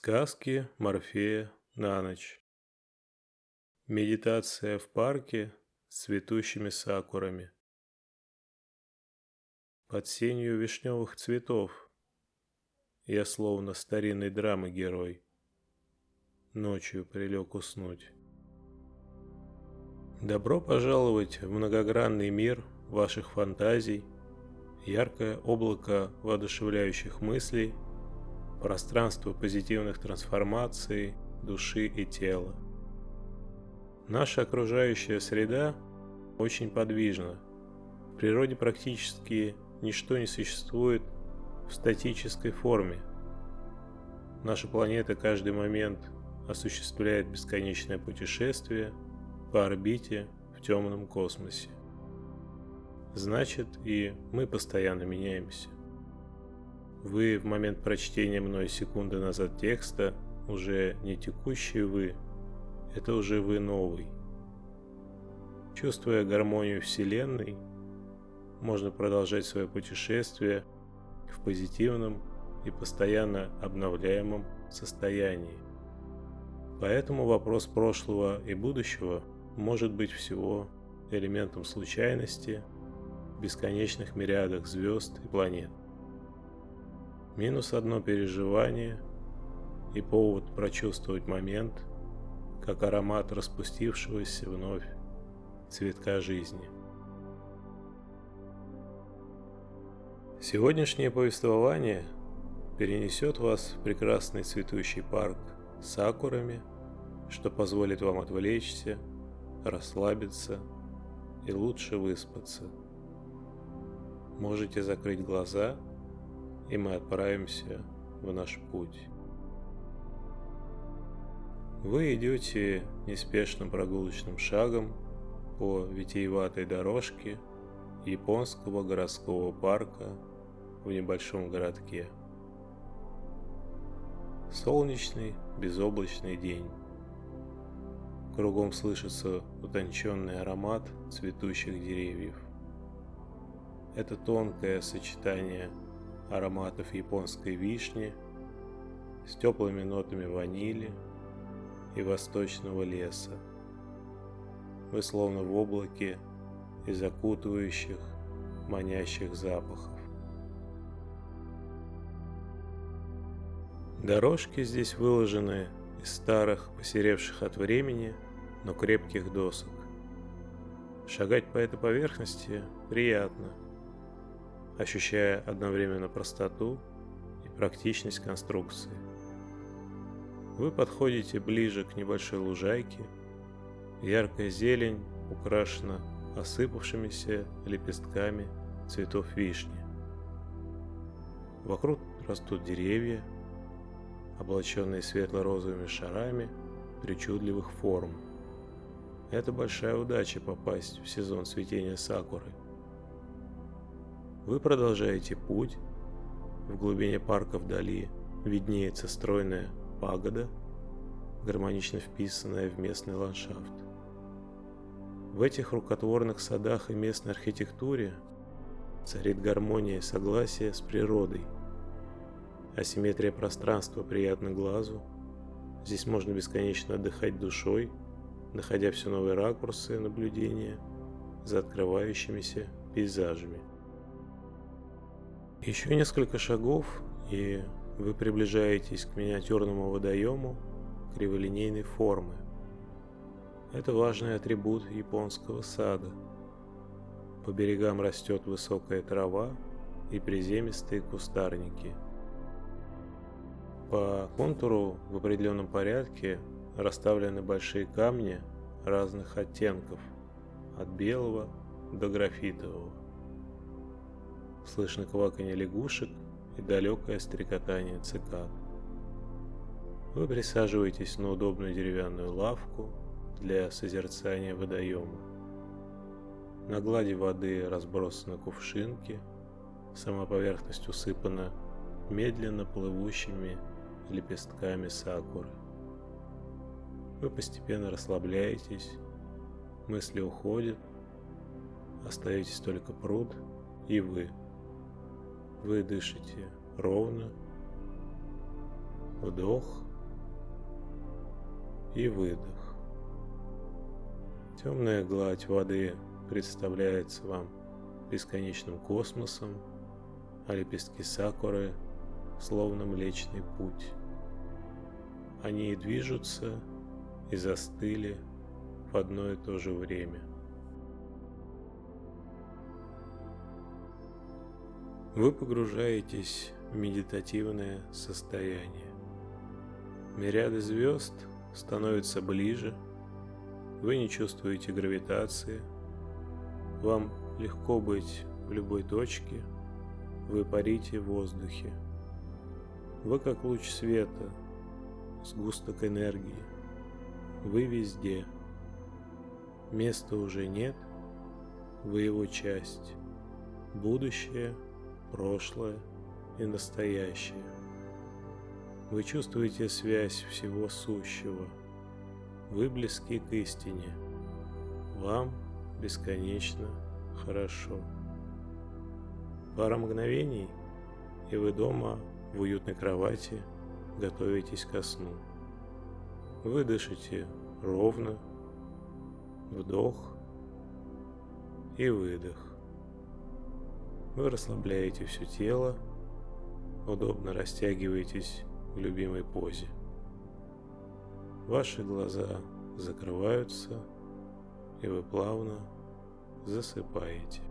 Сказки Морфея на ночь. Медитация в парке с цветущими сакурами. Под сенью вишневых цветов я словно старинной драмы герой ночью прилег уснуть. Добро пожаловать в многогранный мир ваших фантазий, яркое облако воодушевляющих мыслей, пространство позитивных трансформаций души и тела. Наша окружающая среда очень подвижна. В природе практически ничто не существует в статической форме. Наша планета каждый момент осуществляет бесконечное путешествие по орбите в темном космосе. Значит, и мы постоянно меняемся. Вы в момент прочтения мной секунды назад текста уже не текущий вы, это уже вы новый. Чувствуя гармонию Вселенной, можно продолжать свое путешествие в позитивном и постоянно обновляемом состоянии. Поэтому вопрос прошлого и будущего может быть всего элементом случайности в бесконечных мириадах звезд и планет. Минус одно переживание и повод прочувствовать момент, как аромат распустившегося вновь цветка жизни. Сегодняшнее повествование перенесет вас в прекрасный цветущий парк с сакурами, что позволит вам отвлечься, расслабиться и лучше выспаться. Можете закрыть глаза, и мы отправимся в наш путь. Вы идете неспешным прогулочным шагом по витиеватой дорожке японского городского парка в небольшом городке. Солнечный, безоблачный день. Кругом слышится утонченный аромат цветущих деревьев. Это тонкое сочетание ароматов японской вишни с теплыми нотами ванили и восточного леса. Вы словно в облаке из окутывающих, манящих запахов. Дорожки здесь выложены из старых, посеревших от времени, но крепких досок. Шагать по этой поверхности приятно, ощущая одновременно простоту и практичность конструкции. Вы подходите ближе к небольшой лужайке. Яркая зелень украшена осыпавшимися лепестками цветов вишни. Вокруг растут деревья, облаченные светло-розовыми шарами причудливых форм. Это большая удача попасть в сезон цветения сакуры. Вы продолжаете путь. В глубине парка вдали виднеется стройная пагода, гармонично вписанная в местный ландшафт. В этих рукотворных садах и местной архитектуре царит гармония и согласие с природой. Асимметрия пространства приятна глазу. Здесь можно бесконечно отдыхать душой, находя все новые ракурсы наблюдения за открывающимися пейзажами. Еще несколько шагов, и вы приближаетесь к миниатюрному водоему криволинейной формы. Это важный атрибут японского сада. По берегам растет высокая трава и приземистые кустарники. По контуру в определенном порядке расставлены большие камни разных оттенков, от белого до графитового. Слышно кваканье лягушек и далекое стрекотание цикад. Вы присаживаетесь на удобную деревянную лавку для созерцания водоема. На глади воды разбросаны кувшинки, сама поверхность усыпана медленно плывущими лепестками сакуры. Вы постепенно расслабляетесь, мысли уходят, остаетесь только пруд и вы. Вы дышите ровно, вдох и выдох. Темная гладь воды представляется вам бесконечным космосом, а лепестки сакуры словно Млечный Путь. Они и движутся, и застыли в одно и то же время. Вы погружаетесь в медитативное состояние. Мириады звезд становятся ближе, вы не чувствуете гравитации, вам легко быть в любой точке, вы парите в воздухе. Вы как луч света, сгусток энергии, вы везде. Места уже нет, вы его часть, будущее, прошлое и настоящее. Вы чувствуете связь всего сущего. Вы близки к истине. Вам бесконечно хорошо. Пара мгновений, и вы дома в уютной кровати готовитесь ко сну. Вы дышите ровно, вдох и выдох. Вы расслабляете все тело, удобно растягиваетесь в любимой позе. Ваши глаза закрываются, и вы плавно засыпаете.